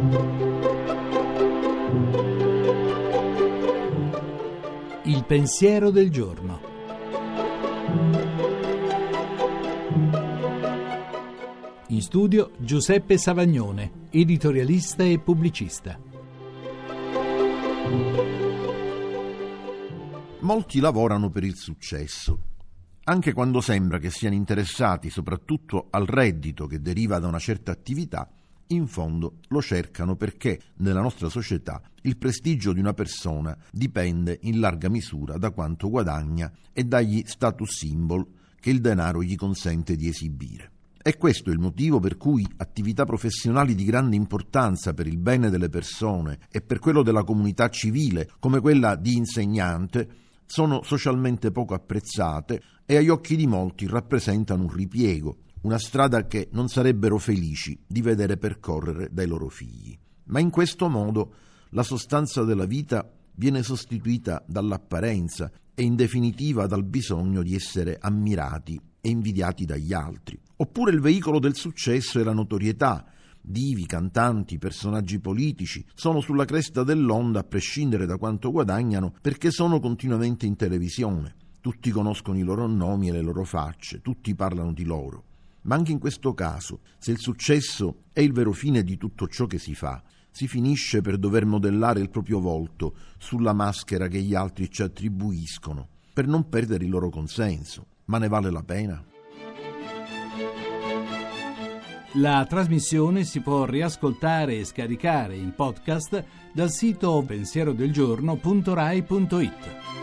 Il pensiero del giorno. In studio Giuseppe Savagnone, editorialista e pubblicista. Molti lavorano per il successo, anche quando sembra che siano interessati soprattutto al reddito che deriva da una certa attività. In fondo lo cercano perché nella nostra società il prestigio di una persona dipende in larga misura da quanto guadagna e dagli status symbol che il denaro gli consente di esibire. È questo il motivo per cui attività professionali di grande importanza per il bene delle persone e per quello della comunità civile, come quella di insegnante, sono socialmente poco apprezzate e agli occhi di molti rappresentano un ripiego, una strada che non sarebbero felici di vedere percorrere dai loro figli. Ma in questo modo la sostanza della vita viene sostituita dall'apparenza e in definitiva dal bisogno di essere ammirati e invidiati dagli altri. Oppure il veicolo del successo è la notorietà. Divi, cantanti, personaggi politici sono sulla cresta dell'onda a prescindere da quanto guadagnano perché sono continuamente in televisione. Tutti conoscono i loro nomi e le loro facce, tutti parlano di loro. Ma anche in questo caso, se il successo è il vero fine di tutto ciò che si fa, si finisce per dover modellare il proprio volto sulla maschera che gli altri ci attribuiscono, per non perdere il loro consenso. Ma ne vale la pena? La trasmissione si può riascoltare e scaricare in podcast dal sito pensierodelgiorno.rai.it.